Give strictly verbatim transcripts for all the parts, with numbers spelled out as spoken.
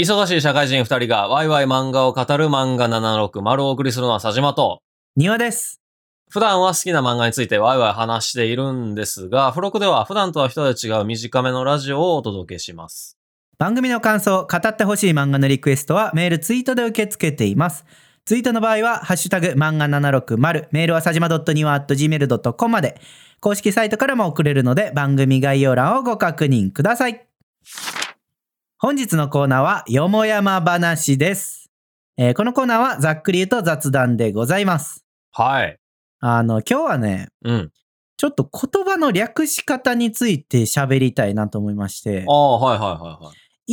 忙しい社会人二人がワイワイ漫画を語る漫画ななろくまるをお送りするのは佐島と、 庭です。 普段は好きな漫画についてワイワイ話しているんですが、付録では普段とは一味違う短めのラジオをお届けします。 番組の感想、語ってほしい漫画のリクエストはメール、ツイートで受け付けています。ツイートの場合は、ハッシュタグ、漫画ななろくまる、メールはさじま .niwa アット ジーメール ドットコム まで、公式サイトからも送れるので、番組概要欄をご確認ください。本日のコーナーは、よもやま話です。えー、このコーナーは、ざっくり言うと雑談でございます。 はい。 あの、今日はね、 うん。 ちょっと言葉の略し方について喋りたいなと思いまして。 ああ、はいはいはいはい。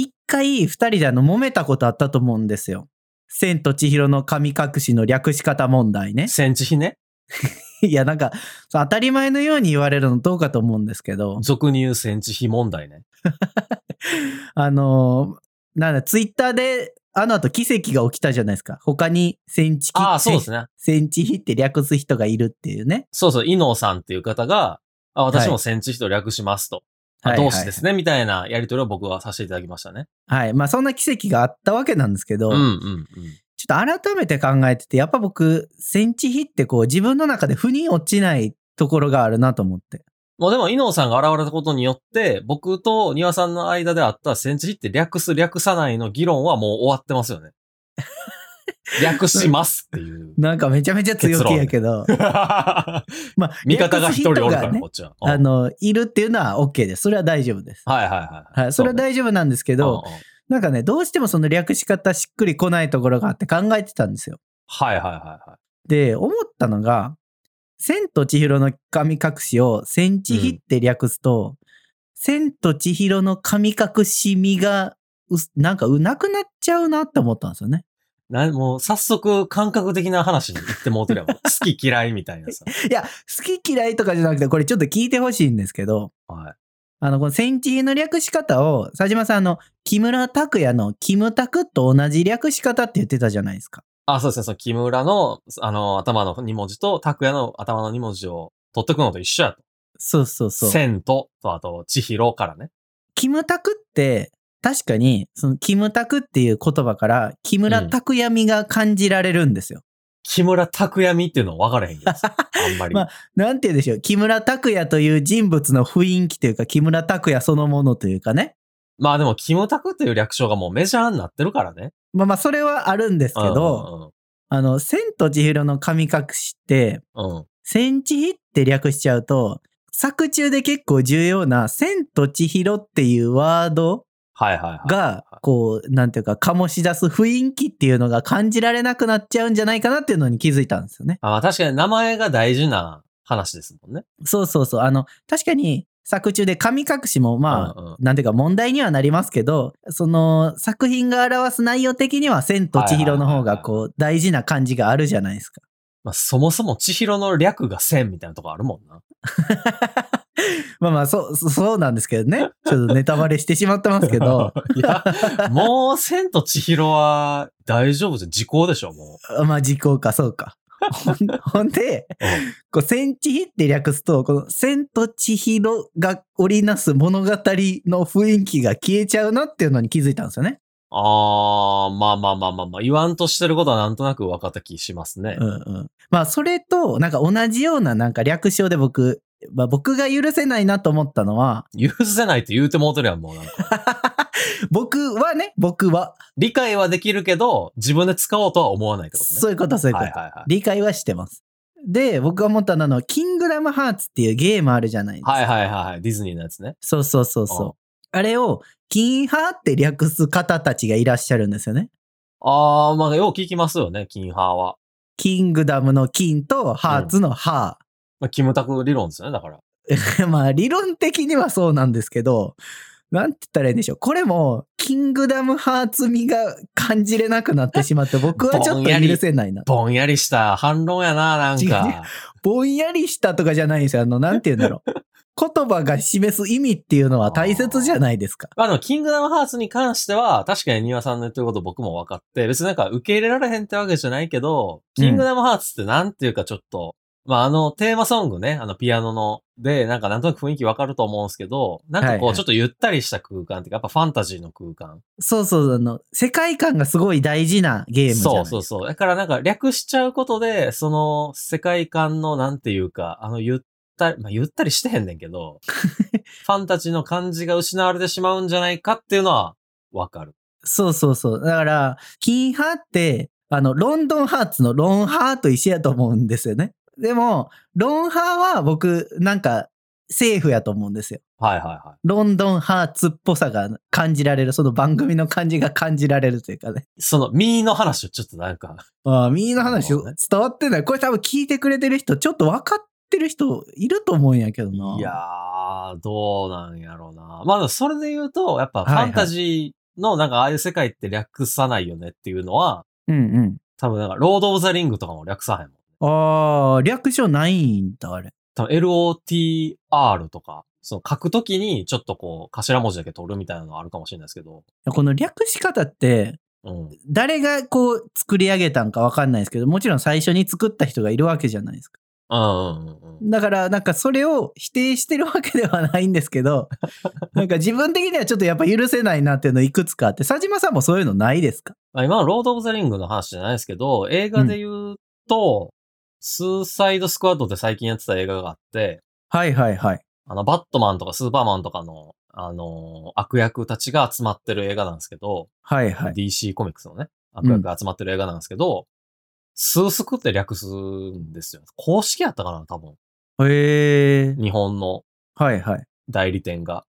一回二人であの揉めたことあったと思うんですよ。千と千尋の神隠しの略し方問題ね。 千千尋ね。 いやなんか当たり前のように言われるのどうかと思うんですけど。 俗に言う千千尋問題ね。 あのー、なんだツイッターであの後奇跡が起きたじゃないですか。他に千千尋、 ああ、そうですね。 千千尋って略す人がいるっていうね。 そうそう、伊能さんっていう方が、あ、私も千千尋略しますと。はい、あ、同志ですね、みたいなやり取りを僕はさせていただきましたね。 はい。まあそんな奇跡があったわけなんですけど、 うんうんうん。 ちょっと改めて考えてて、やっぱ僕、千千尋ってこう自分の中で腑に落ちないところがあるなと思って。 もうでも、伊能さんが現れたことによって、僕と庭さんの間であった千千尋って略す略さないの議論はもう終わってますよね。略しますっていう。 なんかめちゃめちゃ強気やけど。まあ、 味方が一人おるから、ね、こっちは。 あの、いるっていうのは OK です。それは大丈夫です。 はいはいはい。 はい。それは大丈夫なんですけど、ね、なんかね、どうしてもその略し方しっくりこないところがあって考えてたんですよ。 はいはいはいはい。 で、思ったのが、千と千尋の神隠しを千千尋って略すと、うん、千と千尋の神隠し味がなんかなくなっちゃうなって思ったんですよね。 な、もう早速感覚的な話に言ってもうてるやん。好き嫌いみたいなさ。 いや、好き嫌いとかじゃなくて、これちょっと聞いてほしいんですけど、 はい。 あの、この千千尋の略し方を、佐島さん、あの、木村拓哉のキムタクと同じ略し方って言ってたじゃないですか。 あ、そうですね。その木村の、あの、頭のに文字と拓哉の頭のに文字を取ってくのと一緒やと。 そうそうそう。 千と、と、あと、千尋からね。 キムタクって、確かに、その、キムタクっていう言葉から、木村拓哉味が感じられるんですよ。うん、 木村拓哉味っていうのは分からへんけど、あんまり。 まあ、なんて言うんでしょう。木村拓哉という人物の雰囲気というか、木村拓哉そのものというかね。 まあでも、キムタクっていう略称がもうメジャーになってるからね。 まあまあ、それはあるんですけど、うんうんうん、あの、千と千尋の神隠しって、うん、千千尋って略しちゃうと、作中で結構重要な千と千尋っていうワードが、こう、なんていうか、醸し出す雰囲気っていうのが感じられなくなっちゃうんじゃないかなっていうのに気づいたんですよね。 あ、確かに名前が大事な話ですもんね。 そうそうそう。あの、確かに作中で神隠しもまあ、うんうん、なんていうか問題にはなりますけど、その作品が表す内容的には千と千尋の方がこう大事な感じがあるじゃないですか。 まあ、そもそも千尋の略が千みたいなとこあるもんな。 まあまあ、そう、そうなんですけどね。ちょっとネタバレしてしまってますけど。 いや、もう千と千尋は大丈夫じゃん。時効でしょ、もう。まあ時効か、そうか。ほん, ほんで、こう千千尋って略すと、この千と千尋が織りなす物語の雰囲気が消えちゃうなっていうのに気づいたんですよね。 あー、まあまあまあまあまあ、言わんとしてることはなんとなく分かった気しますね。 うんうん。まあそれと、なんか同じようななんか略称で僕、まあ僕が許せないなと思ったのは。 許せないって言うてもうてるやん、もうなんか。 僕はね、僕は。 理解はできるけど、自分で使おうとは思わないってことね。 そういうこと、そういうこと。はいはいはい、理解はしてます。で、僕が思ったのは、キングダムハーツっていうゲームあるじゃないですか。 はいはいはい。ディズニーのやつね。 そうそうそうそう。あれを、キンハーって略す方たちがいらっしゃるんですよね。 あー、まあ、よう聞きますよね、キンハーは。 キングダムのキンとハーツのハー。うん、 まあ、キムタク理論ですよね、だから。 まあ、理論的にはそうなんですけど、なんて言ったらいいんでしょう。これも、キングダムハーツ味が感じれなくなってしまって、僕はちょっと許せないな。 ぼんやりした反論やな、なんか。 ぼんやりしたとかじゃないんですよ。あの、なんて言うんだろう。言葉が示す意味っていうのは大切じゃないですか。 あの、キングダムハーツに関しては、確かに庭さんの言ってること僕も分かって、別になんか受け入れられへんってわけじゃないけど、キングダムハーツってなんていうかちょっと、 まあ、あの、テーマソングね、あの、ピアノの、で、なんかなんとなく雰囲気わかると思うんですけど、なんかこう、 はいはいちょっとゆったりした空間っていうか、やっぱファンタジーの空間。 そうそう、あの、世界観がすごい大事なゲームじゃないですか。 そうそうそう。だからなんか略しちゃうことで、その世界観のなんていうか、あのゆったり、まあゆったりしてへんねんけど、ファンタジーの感じが失われてしまうんじゃないかっていうのはわかる。 そうそうそう。だから、キンハって、あの、ロンドンハーツのロンハーと一緒やと思うんですよね。でも、ロンハーは僕、なんか、セーフやと思うんですよ。 はいはいはい。 ロンドンハーツっぽさが感じられる、その番組の感じが感じられるというかね。 その、ミーの話をちょっとなんか、 ああ、みんな話なるほどね伝わってない。これ多分聞いてくれてる人、ちょっと分かってる人いると思うんやけどな。 いやー、どうなんやろうな。まあ、それで言うと、やっぱフはいはいァンタジーのなんかああいう世界って略さないよねっていうのは、 うんうん。 多分なんか、ロード・オブ・ザ・リングとかも略さへんもん。 ああ、略称ないんだ、あれ。 多分 エルオーティーアール とか、その書くときにちょっとこう、頭文字だけ取るみたいなのあるかもしれないですけど、 この略し方って、 うん。 誰がこう作り上げたんか分かんないですけど、もちろん最初に作った人がいるわけじゃないですか。 うんうんうんうん。 だから、なんかそれを否定してるわけではないんですけど、なんか自分的にはちょっとやっぱ許せないなっていうのいくつかあって、佐島さんもそういうのないですか？ まあ、今のロード・オブ・ザ・リングの話じゃないですけど、映画で言うと、スーサイド・スクワッドって最近やってた映画があって、 はいはいはい。 あの、バットマンとかスーパーマンとかの、あのー悪役たちが集まってる映画なんですけど、 はいはい。 ディーシー コミックスのね、悪役が集まってる映画なんですけど、スースクって略すんですよ。公式やったかな多分。 へえ。 日本のはいはい。 代理店が。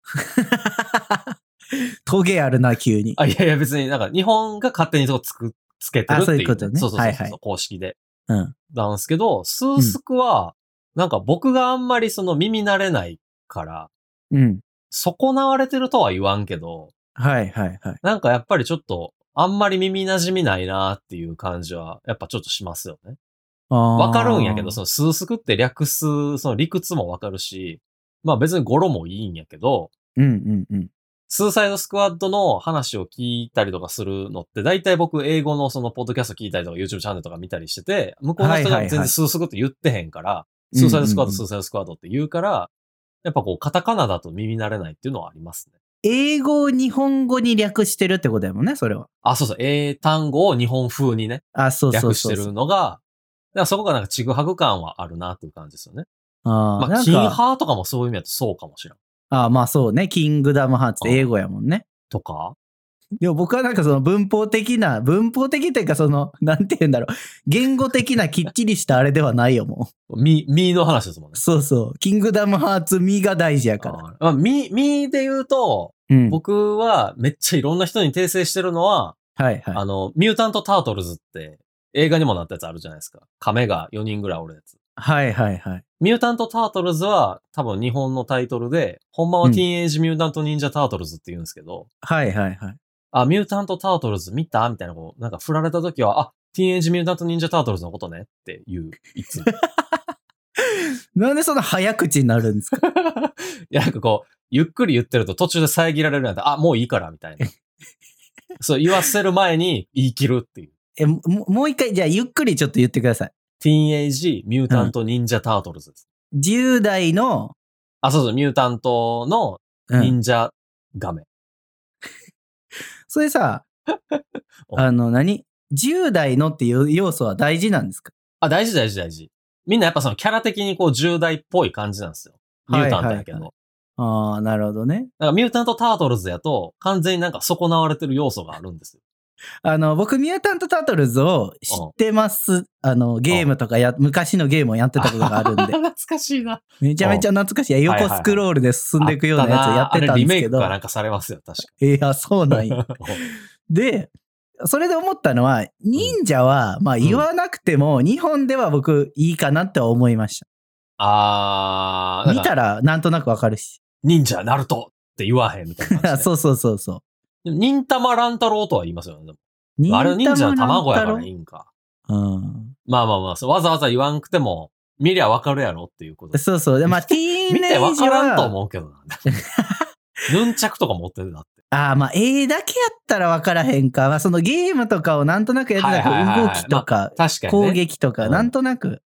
トゲあるな、急に。 あ、いやいや別になんか日本が勝手にそこつく、つけてるっていう、ね。 あそういうことねそうそうそうそう、 はいはい公式で。 うん。 なんですけど、スースクは、なんか僕があんまりその耳慣れないから、 うん。 損なわれてるとは言わんけど、 はいはいはい。 なんかやっぱりちょっと、あんまり耳馴染みないなっていう感じは、やっぱちょっとしますよね。わわかるんやけど、そのスースクって略す、その理屈もわかるし、まあ別に語呂もいいんやけど、 うんうんうん。 スーサイドスクワッドの話を聞いたりとかするのって、大体僕英語のそのポッドキャスト聞いたりとか YouTube チャンネルとか見たりしてて、向こうの人が全然スースクって言ってへんから、スーサイドスクワッド、スーサイドスクワッドって言うから、やっぱこうカタカナだと耳慣れないっていうのはありますね。 英語を日本語に略してるってことやもんね、それは。 あ、そうそう、英単語を日本風にね、 あ、そうそう略してそうそう。 るのが、だからそこがなんかちぐはぐ感はあるなっていう感じですよね。 あーまあ、キンなんか、 ハーとかもそういう意味だとそうかもしれん。 あーまあそうね、キングダムハーツって英語やもんね。 とかでも僕はなんかその文法的な、文法的っていうかその、なんて言うんだろう。言語的なきっちりしたあれではないよ、もみ、みの話ですもんう。 ね。 そうそう。キングダムハーツミが大事やから。 あーまあ、み、みで言うと、 うん。 僕はめっちゃいろんな人に訂正してるのは、 はいはい。 あの、ミュータント・タートルズって映画にもなったやつあるじゃないですか。亀がよにんぐらいおるやつ。 はいはいはい。 ミュータント・タートルズは多分日本のタイトルで、ほんまはうんティーンエイジ・ミュータント・ニンジャ・タートルズって言うんですけど、 はいはいはい。 あ、ミュータント・タートルズ見たみたいなこう、なんか振られた時は、あ、ティーンエイジ・ミュータント・ニンジャ・タートルズのことねっていう、いつも。 なんでそんな早口になるんですか？ いや、なんかこう、ゆっくり言ってると途中で遮られるんやったら、あ、もういいからみたいな。そう、言わせる前に言い切るっていう。 え、ももう一回、じゃあゆっくりちょっと言ってください。 ティーンエイジ・ミュータント・ニンジャ・タートルズです。 じゅう代の、 あ、そうそう、ミュータントのうん忍者ガメ。 それさ、 おあの何、じゅう代のっていう要素は大事なんですか？ あ、大事大事大事。みんなやっぱそのキャラ的にこうじゅう代っぽい感じなんですよ。ミュータントやけど。 はいはいはいああ、なるほどね。 だからミュータント・タートルズやと完全になんか損なわれてる要素があるんですよ。 あの、僕、ミュータント・タートルズを知ってます。あの、ゲームとかや、昔のゲームをやってたことがあるんで。 懐かしいな。 めちゃめちゃ懐かしい。横スクロールで進んでいくようなやつをやってたんですけど。 あれリメイクかなんかされますよ、確かいや、そうなんや。 に。 で、それで思ったのは、忍者は、まあ言わなくても、日本では僕いいかなって思いました。 あー、 見たらなんとなくわかるし。 忍者ナルトって言わへんみたいな感じで。 そうそうそうそ忍たま乱太郎とは言いますよね。でもう。 あれ忍者の卵やから忍いいんか。 たま乱太郎うん。 まあまあまあ、そうわざわざ言わんくても、見りゃわかるやろっていうこと。 そうそう。で、まあ、ティーン見てエイジわからんとは、 思うけどな。ヌンチャクとか持ってるだって。 ああ、まあ、絵だけやったらわからへんか。まあ、そのゲームとかをなんとなくやってたはいはいはいはい動きとか、 確かにね。 攻撃とか、 うんなんとなく。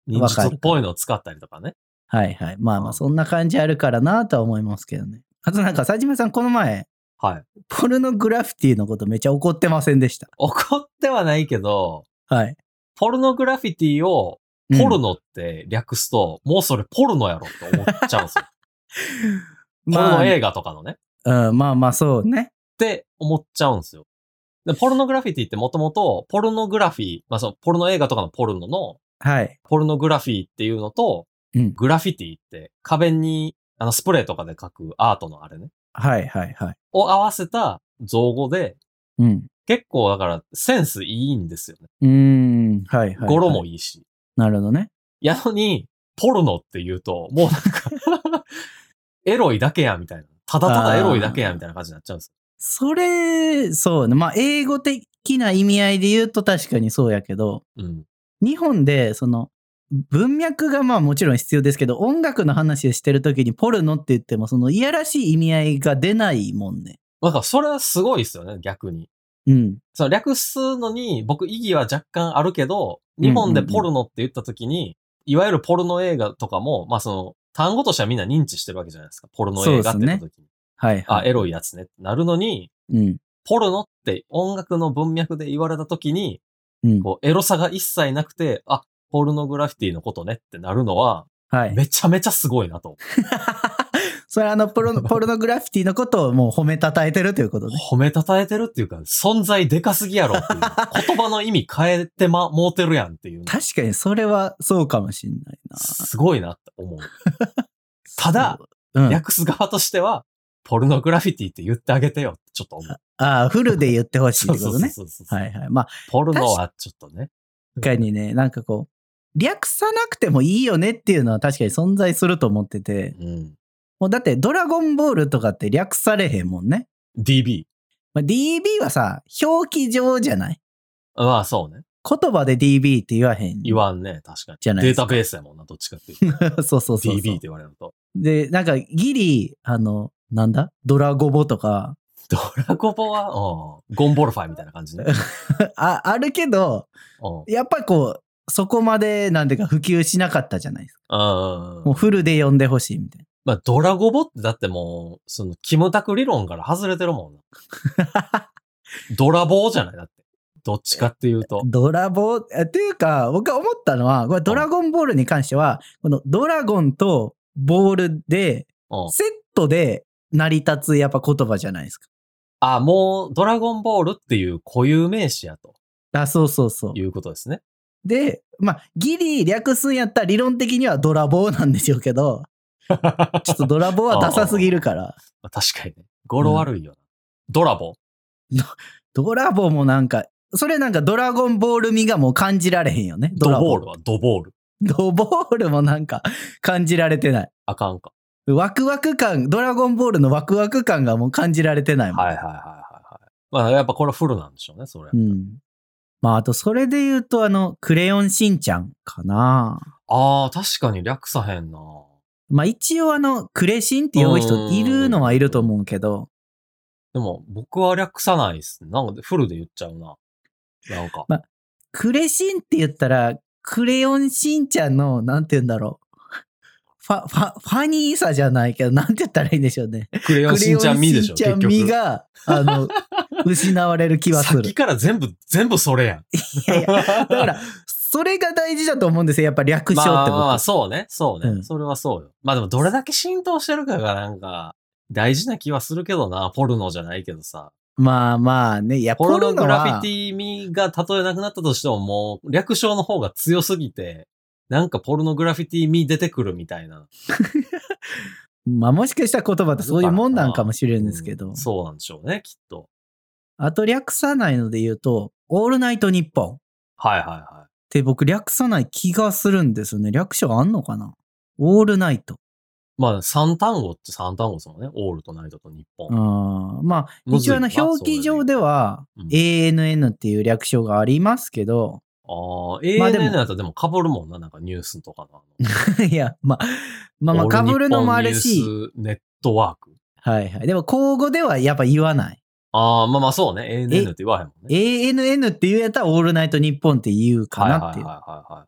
忍術っぽいのを使ったりとかね。 はいはい。まあまあ、そんな感じあるからなとは思いますけどね。あとなんか、佐島さんこの前、 はい。 ポルノグラフィティのことめっちゃ怒ってませんでした？ 怒ってはないけど、 はい。 ポルノグラフィティをポルノって略すと、うん、もうそれポルノやろって思っちゃうんですよ。まあ、ポルノ映画とかのね。 うん、まあまあそうね。 って思っちゃうんですよ。で、ポルノグラフィティってもともと、ポルノグラフィー、まあその、ポルノ映画とかのポルノの、 はい。 ポルノグラフィーっていうのと、 うん、 グラフィティって壁に、あの、スプレーとかで描くアートのあれね。 はいはいはい。 を合わせた造語で、 うん。 結構だからセンスいいんですよね。 うーん、はいはい、はい。 語呂もいいし。 なるほどね。 やのに、ポルノって言うと、もうなんか、エロいだけやみたいな。ただただエロいだけやみたいな感じになっちゃうんですよ。 それ、そうね。まあ、英語的な意味合いで言うと確かにそうやけど、 うん、 日本で、その、文脈がまあもちろん必要ですけど、音楽の話をしてるときにポルノって言っても、そのいやらしい意味合いが出ないもんね。 なんかそれはすごいですよね、逆に。 うん。 その略すのに僕意義は若干あるけど、日本でポルノって言ったときに、うんうんうん、いわゆるポルノ映画とかも、まあその、単語としてはみんな認知してるわけじゃないですか。ポルノ映画って言ったときに。ね、 はいはい。 あ、エロいやつねってなるのに、うん、ポルノって音楽の文脈で言われたときに、うん、こうエロさが一切なくて、あ、ポルノグラフィティのことねってなるのは、はい、めちゃめちゃすごいなと。 それはあのポルノ、ポルノグラフィティのことをもう褒めたたえてるということね。 褒めたたえてるっていうか、存在でかすぎやろっていう。言葉の意味変えてま、もうてるやんっていう。 確かにそれはそうかもしんないな。 すごいなって思う。ただ、うん、訳す側としては、ポルノグラフィティって言ってあげてよってちょっと思う。 ああ、フルで言ってほしいってことね。 そうそうそうそう。 はいはい。まあ、 ポルノはちょっとね。 確かにね、なんかこう、略さなくてもいいよねっていうのは確かに存在すると思ってて。うん、もうだってドラゴンボールとかって略されへんもんね。 ディービー。 まあ、ディービー はさ、表記上じゃない？ まあそうね。 言葉で ディービー って言わへん。 言わんね、確かに。 じゃないですか。データベースやもんな、どっちかっていうと。 そうそうそうそう。 ディービー って言われると。 で、なんかギリ、あの、なんだドラゴボとか。 ドラゴボは、うん、ゴンボルファイみたいな感じね。 あ、あるけど、やっぱりこう、そこまでなんていうか普及しなかったじゃないですか。もうフルで読んでほしいみたいな。 まあ、ドラゴボってだってもう、その、キムタク理論から外れてるもんな。ドラボーじゃないだって。どっちかっていうと。 ドラボー、っていうか、僕が思ったのは、これドラゴンボールに関しては、このドラゴンとボールで、セットで成り立つやっぱ言葉じゃないですか。 あ、もう、ドラゴンボールっていう固有名詞やと。 あ、そうそうそう。 いうことですね。 で、まあ、ギリ略すんやったら理論的にはドラボーなんでしょうけど、ちょっとドラボーはダサすぎるから。 あ確かにね。語呂悪いよな。うん、ドラボドドラボもなんか、それなんかドラゴンボール味がもう感じられへんよね。 ドボールはドボール。 ドボールもなんか感じられてない。 あかんか。 ワクワク感、ドラゴンボールのワクワク感がもう感じられてないもん。 はいはいはいはいはい。まあやっぱこれフルなんでしょうね、それ。 うん。まああとそれで言うとあの、クレヨンしんちゃんかな。 ああ、確かに略さへんな。 まあ一応あの、クレシンって呼ぶ人いるのはいると思うけど。 でも僕は略さないっすね。なのでフルで言っちゃうな。なんか。 まあ、クレシンって言ったら、クレヨンしんちゃんの、なんて言うんだろう。ファ、ファ、ファニーさじゃないけど、なんて言ったらいいんでしょうね。 クレヨンしんちゃん味でしょ、 クレヨンしんちゃん味が、あの、失われる気はする。 さっきから全部、全部それやん。 いやいや、だから、それが大事だと思うんですよ。やっぱ略称ってこと。まあ、 まあ、そうね、そうね、うん。それはそうよ。まあでも、どれだけ浸透してるかがなんか、大事な気はするけどな。ポルノじゃないけどさ。 まあまあね、いや、 ポルノグラフィティ味がたとえなくなったとしてももう略称の方が強すぎて、なんかポルノグラフィティ味出てくるみたいな。 まあもしかしたら言葉ってそういうもんなんかもしれんですけど、 うん。そうなんでしょうね、きっと。 あと略さないので言うと、オールナイトニッポン。 はいはいはい。 って僕略さない気がするんですよね。略称あんのかな？オールナイト。 まあ、三単語って三単語ですもんね。オールとナイトと日本。 あまあ、一応あの表記上では エーエヌエヌ っていう略称がありますけど。 ああ、エーエヌエヌ だとでも被るもんな、なんかニュースとかの。いや、まあ、まあまあ被るのもあるし。 ニュースネットワーク。 はいはい。でも口語ではやっぱ言わない。 ああ、まあまあそうね。エーエヌエヌ って言わへんもんね。 エーエヌエヌ って言うやったらオールナイトニッポンって言うかなっていう。 はいはいはいはいはい。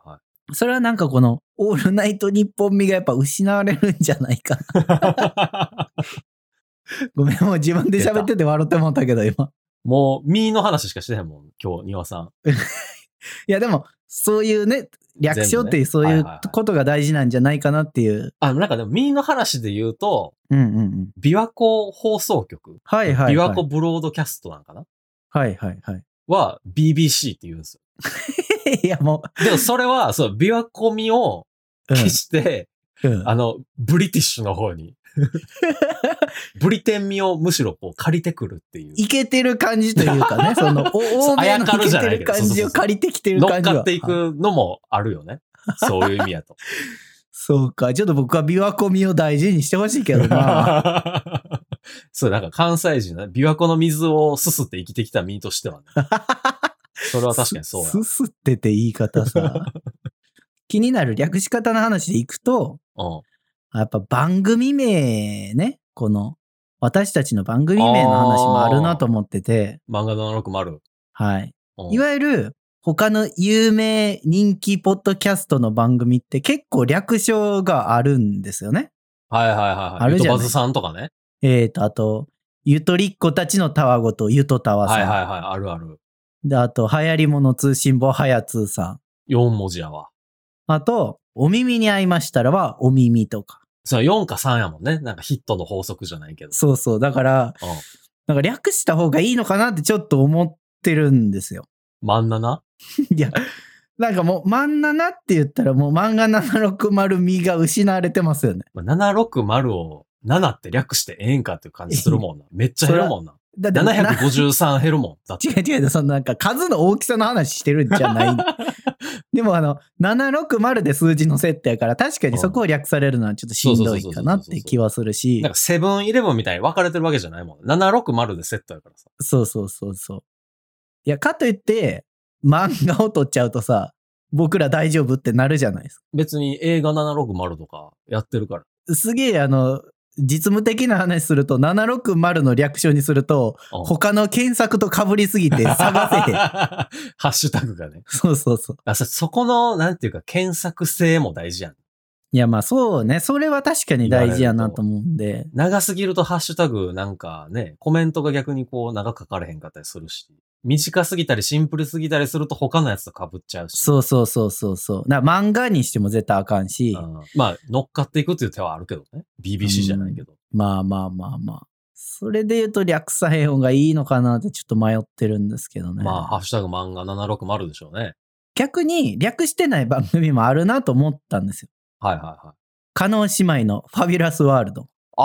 それはなんかこの、オールナイト日本味がやっぱ失われるんじゃないかな。ごめん、もう自分で喋ってて笑ってもったけど、今。 もう、ミーの話しかしてへんもん、今日、庭さん。 いや、でも、そういうね、略称っていう、そういうことが大事なんじゃないかなっていう。 あ、なんかでも、ミーの話で言うと、 うんうんうん。 琵琶湖放送局。 はいはいはい。 琵琶湖ブロードキャストなんかなはいはいはい。 は、ビービーシー って言うんですよ。 いや、もう。でも、それは、そう、琵琶湖味を消して、うんうん、あの、ブリティッシュの方に。ブリテン味をむしろこう借りてくるっていう。 いけてる感じというかね、その、欧米のいけてる感じを借りてきてる感じは。 乗っかっていくのもあるよね。そういう意味やと。 そうか。ちょっと僕は琵琶湖味を大事にしてほしいけどな。 そう、なんか関西人ね。琵琶湖の水をすすって生きてきた身としてはね。それは確かにそうや。 すすってて言い方さ。気になる略し方の話でいくと、うん、やっぱ番組名ね、この、私たちの番組名の話もあるなと思ってて。 漫画ななろくまる。 はい。いわゆる、他の有名人気ポッドキャストの番組って結構略称があるんですよね。 はいはいはい、はい。あるじゃない。ゆとばずさんとかね。 えーと、あと、ゆとりっ子たちのたわごとゆとたわさん。 はいはいはい、あるある。 で、あと、流行り物通信簿はやつーさん。 よん文字やわ。 あと、お耳に合いましたらは、お耳とか。 そう、よんかさんやもんね。なんかヒットの法則じゃないけど。 そうそう。だから、うん、なんか略した方がいいのかなってちょっと思ってるんですよ。 マンナナいや、なんかもう、マンナナって言ったらもう漫画ななろくまる味が失われてますよね。 ななろくまるをななって略してええんかっていう感じするもんな。めっちゃ減るもんな。だってななひゃくごじゅうさん減るもん。だって違う違う、そのなんか数の大きさの話してるんじゃない。でもあの、ななろくまるで数字のセットやから、確かにそこを略されるのはちょっとしんどいかなって気はするし。 なんかセブンイレブンみたいに分かれてるわけじゃないもん。ななろくまるでセットやからさ。 そうそうそうそう。いや、かといって、漫画を撮っちゃうとさ、僕ら大丈夫ってなるじゃないですか。 別に映画ななろくまるとかやってるから。 すげえあの、実務的な話すると、ななろくまるの略称にすると、他の検索と被りすぎて探せへん。 ハッシュタグがね。 そうそうそう。 あそ、そこの、なんていうか、検索性も大事やん。 いや、まあそうね。それは確かに大事やなと思うんで。 長すぎるとハッシュタグなんかね、コメントが逆にこう長く書かれへんかったりするし。短すぎたりシンプルすぎたりすると他のやつと被っちゃうし。 そうそうそうそうそう。だ漫画にしても絶対あかんし。 うん、まあ、乗っかっていくっていう手はあるけどね。ビービーシー じゃないけど。 うん、まあまあまあまあ。それで言うと略さへん方がいいのかなってちょっと迷ってるんですけどね。 まあ、ハッシュタグ漫画ななろくまるでしょうね。 逆に略してない番組もあるなと思ったんですよ。 はいはいはい。 加納姉妹のファビュラスワールド。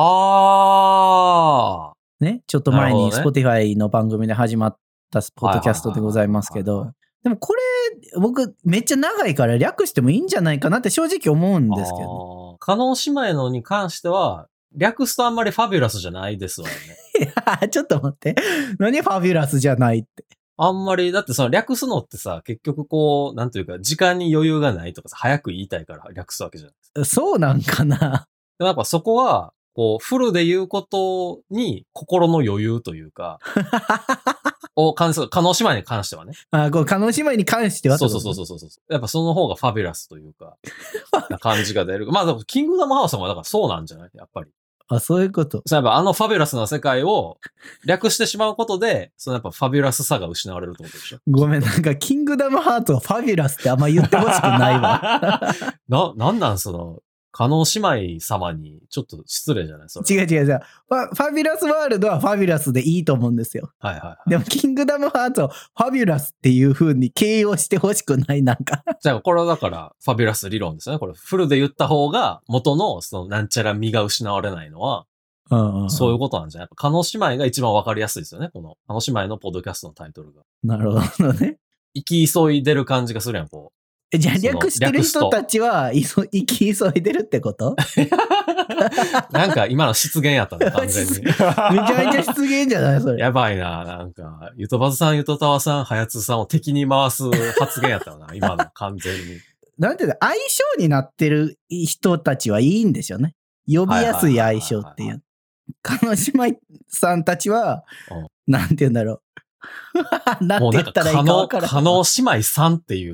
あー。ね。ちょっと前に Spotify の番組で始まったポッドキャストでございますけど。でもこれ、僕めっちゃ長いから略してもいいんじゃないかなって正直思うんですけど、ね。 加納姉妹のに関しては、略すとあんまりファビュラスじゃないですわね。 いや、ちょっと待って。何ファビュラスじゃないって。 あんまり、だってその略すのってさ、結局こう、なんというか、時間に余裕がないとかさ、早く言いたいから略すわけじゃないですか。 そうなんかな。 でもやっぱそこは、こう、フルで言うことに心の余裕というか、を関する、加納姉妹に関してはね。 あ、こう、加納姉妹に関してはそうそうそうそうそう。やっぱその方がファビュラスというか、な感じが出る。まあ、キングダムハウスもだからそうなんじゃないやっぱり。 あ、そういうこと。 やっぱあのファビュラスな世界を略してしまうことで、そのやっぱファビュラスさが失われるってことでしょ。 ごめん、なんかキングダムハーツはファビュラスってあんま言ってほしくないわ。 な、なんなんその、加納姉妹様にちょっと失礼じゃないそれ。 違う違う違う。ファ、ファビュラスワールドはファビュラスでいいと思うんですよ。 はいはい、はい。 でもキングダムハーツをファビュラスっていう風に形容してほしくない、なんか。 じゃあこれはだからファビュラス理論ですよね。これフルで言った方が元のそのなんちゃら身が失われないのは、 うんうん、 そういうことなんじゃない？加納姉妹が一番わかりやすいですよね。この、加納姉妹のポッドキャストのタイトルが。 なるほどね。 生き急いでる感じがするやん、こう。 え、じゃあ略してる人たちは、いそ、生き急いでるってことなんか今の失言やったね、完全に。めちゃめちゃ失言じゃないそれ。 やばいな、なんか、ゆとばずさん、ゆとたわさん、はやつさんを敵に回す発言やったな、今の完全に。 なんていうの、相性になってる人たちはいいんでしょうね。呼びやすい相性っていう。加納姉妹さんたちは、なんて言うんだろう。なんて言ったらいいか分からん。 加納姉妹さんっていう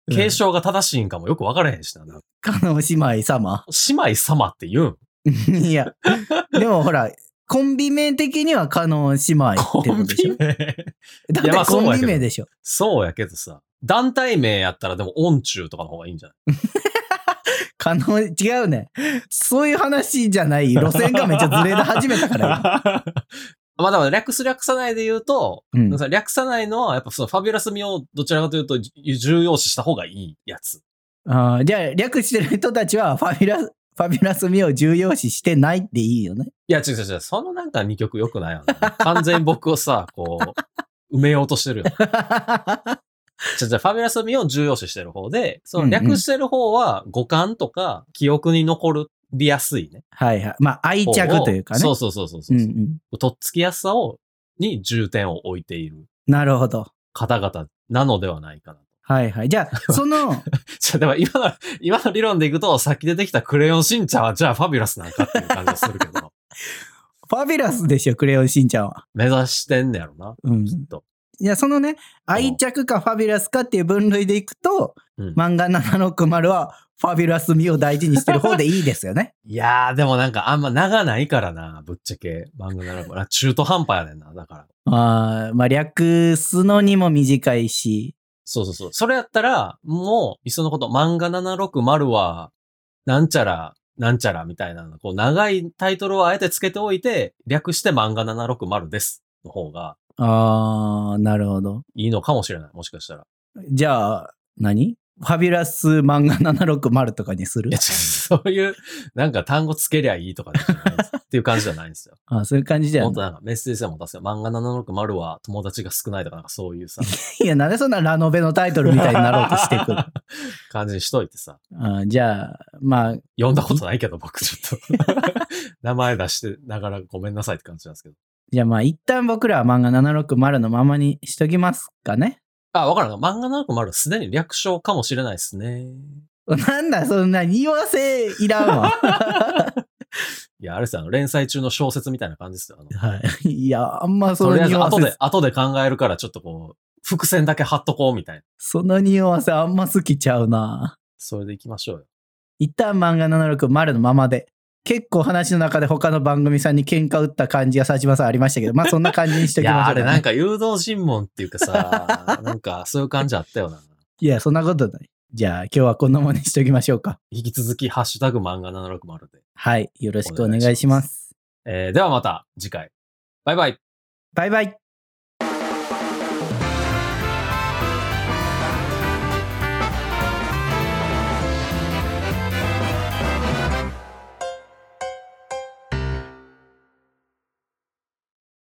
継承が正しいんかもよく分からへんしな。なんか加納姉妹様。 姉妹様って言うんいや、でもほら、コンビ名的には加納姉妹ってことでしょ。 コンビ名だっていやまあそうコやけどンビ名でしょ。 そうやけどさ。団体名やったらでも、音中とかの方がいいんじゃない加納、違うね。そういう話じゃない。路線がめっちゃずれ始めたからまあだから略す略さないで言うと、 うん略さないのはやっぱそのファビュラス味をどちらかというと重要視した方がいいやつ。 あーじゃあ略してる人たちはファビュラス、ファビュラス味を重要視してないっていいよね。 いや違う違う違う。そのなんかにきょく良くないよね。完全に僕をさ、こう、埋めようとしてるよ。じゃじゃファビュラス味を重要視してる方で、その略してる方は五感とか記憶に残るりやすいね。 はいはい。まあ愛着というかね。 そうそうそうそうそう、 うんうん。 とっつきやすさを、に重点を置いているなるほど。 方々なのではないかな。 はいはい。じゃあ、その、 じゃあでも今の、今の理論でいくと、さっき出てきたクレヨンしんちゃんは、じゃあファビュラスなんかっていう感じがするけど。 ファビュラスでしょ、クレヨンしんちゃんは。 目指してんねやろな。 うん。 きっと。 いや、そのね、愛着かファビュラスかっていう分類でいくと、 うん、 漫画ななろくまるはファビュラス味を大事にしてる方でいいですよね。 いやー、でもなんかあんま長ないからな、ぶっちゃけ。漫画ななろくまる。中途半端やねんな、だから。 あまあ、略すのにも短いし。 そうそうそう。それやったら、もう、いっそのこと、漫画ななろくまるは、なんちゃら、なんちゃらみたいな、こう、長いタイトルをあえてつけておいて、略して漫画ななろくまるです。の方が。 ああ、なるほど。 いいのかもしれない。もしかしたら。 じゃあ、何ファビュラス漫画ななろくまるとかにする？ いや、そういう、なんか単語つけりゃいいとかじゃないですっていう感じじゃないんですよ。 あそういう感じじゃん。 もっとなんかメッセージ性も出すよ。漫画ななろくまるは友達が少ないとかなんかそういうさ。 いや、なんでそんなラノベのタイトルみたいになろうとしていくの感じにしといてさ。 あじゃあ、まあ。 読んだことないけど僕ちょっと。名前出してながらごめんなさいって感じなんですけど。 じゃあまあ一旦僕らは漫画ななろくまるのままにしときますかね。 あ、わからん。漫画ななろくまるすでに略称かもしれないですね。 なんだ、そんな匂わせいらんわ。 いや、あれですよ、あの、連載中の小説みたいな感じですよ。あのはい。いや、あんまそとりあえずの匂わせ。 後で、後で考えるからちょっとこう、伏線だけ貼っとこうみたいな。 その匂わせあんま好きちゃうな。 それで行きましょうよ。 一旦漫画ななろくまるのままで。結構話の中で他の番組さんに喧嘩打った感じが佐島さんありましたけど、まあそんな感じにしときましょう、ね。 いや、あれなんか誘導尋問っていうかさ、なんかそういう感じあったよな。 いや、そんなことない。じゃあ今日はこんなものにしときましょうか。 引き続きハッシュタグ漫画ななろくまるで。 はい。よろしくお願いします。 えー、ではまた次回。バイバイ。 バイバイ。